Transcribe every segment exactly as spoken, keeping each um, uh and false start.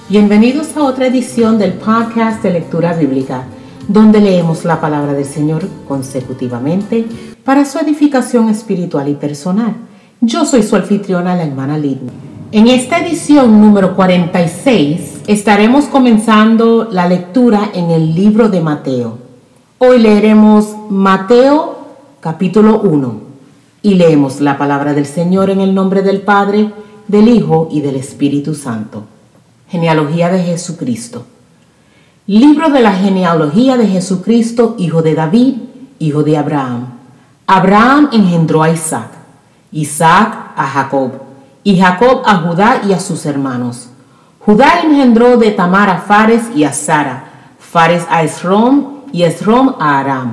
Bienvenidos a otra edición del podcast de lectura bíblica, donde leemos la palabra del Señor consecutivamente para su edificación espiritual y personal. Yo soy su anfitriona, la hermana Lidna. En esta edición número cuarenta y seis estaremos comenzando la lectura en el libro de Mateo. Hoy leeremos Mateo capítulo uno y leemos la palabra del Señor en el nombre del Padre, del Hijo y del Espíritu Santo. Genealogía de Jesucristo. Libro de la genealogía de Jesucristo, hijo de David, hijo de Abraham. Abraham engendró a Isaac, Isaac a Jacob, y Jacob a Judá y a sus hermanos. Judá engendró de Tamar a Fares y a Zara, Fares a Esrom y Esrom a Aram.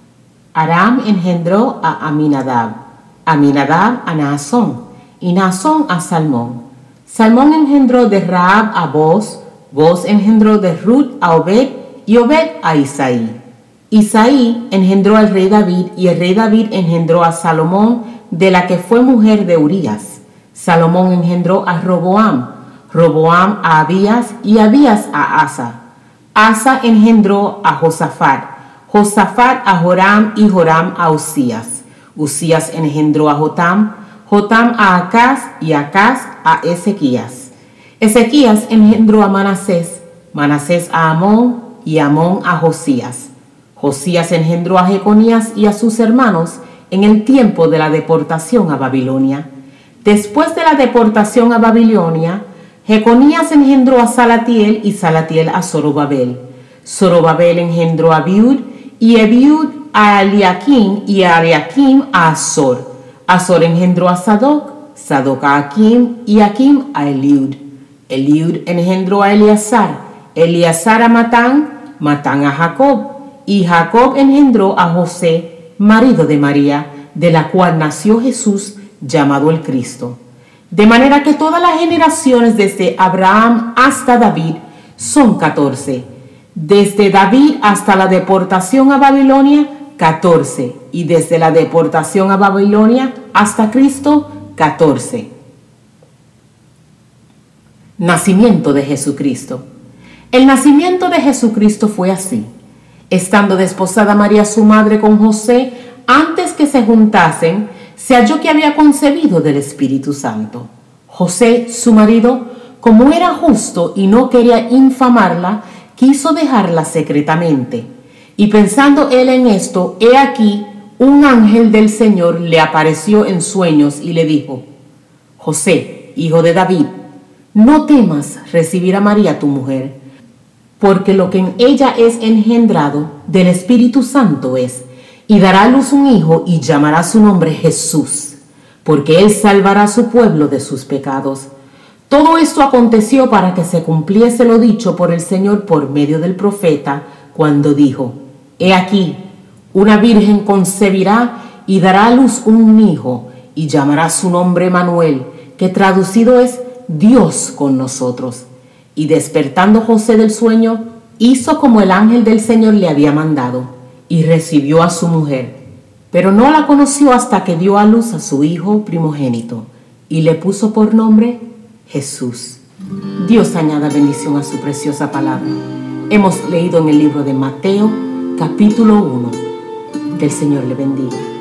Aram engendró a Aminadab, Aminadab a Naasón, y Naasón a Salmón. Salmón engendró de Rahab a Boz, Boz engendró de Ruth a Obed, y Obed a Isaí. Isaí engendró al rey David, y el rey David engendró a Salomón, de la que fue mujer de Urías. Salomón engendró a Roboam, Roboam a Abías, y Abías a Asa. Asa engendró a Josafat, Josafat a Joram, y Joram a Usías. Usías engendró a Jotam, Jotam a Acaz, y Acaz a Ezequías. Ezequías engendró a Manasés, Manasés a Amón, y Amón a Josías. Josías engendró a Jeconías y a sus hermanos en el tiempo de la deportación a Babilonia. Después de la deportación a Babilonia, Jeconías engendró a Salatiel, y Salatiel a Zorobabel. Zorobabel engendró a Abiud, y Abiud a Eliakim, y a Eliakim a Azor. Azor engendró a Sadoc, Sadoc a Akim, y Akim a Eliud. Eliud engendró a Eleazar, Eleazar a Matán, Matán a Jacob, y Jacob engendró a José, marido de María, de la cual nació Jesús, llamado el Cristo. De manera que todas las generaciones desde Abraham hasta David son catorce. Desde David hasta la deportación a Babilonia, catorce. Y desde la deportación a Babilonia hasta Cristo, catorce. Nacimiento de Jesucristo. El nacimiento de Jesucristo fue así. Estando desposada María su madre con José, antes que se juntasen, se halló que había concebido del Espíritu Santo. José, su marido, como era justo y no quería infamarla, quiso dejarla secretamente. Y pensando él en esto, he aquí, un ángel del Señor le apareció en sueños y le dijo: José, hijo de David, no temas recibir a María tu mujer, porque lo que en ella es engendrado del Espíritu Santo es, y dará a luz un hijo y llamará su nombre Jesús, porque él salvará a su pueblo de sus pecados. Todo esto aconteció para que se cumpliese lo dicho por el Señor por medio del profeta, cuando dijo: He aquí, una virgen concebirá y dará a luz un hijo, y llamará su nombre Manuel, que traducido es Dios con nosotros. Y despertando José del sueño, hizo como el ángel del Señor le había mandado, y recibió a su mujer. Pero no la conoció hasta que dio a luz a su hijo primogénito, y le puso por nombre Jesús. Dios añada bendición a su preciosa palabra. Hemos leído en el libro de Mateo, capítulo uno. Que el Señor le bendiga.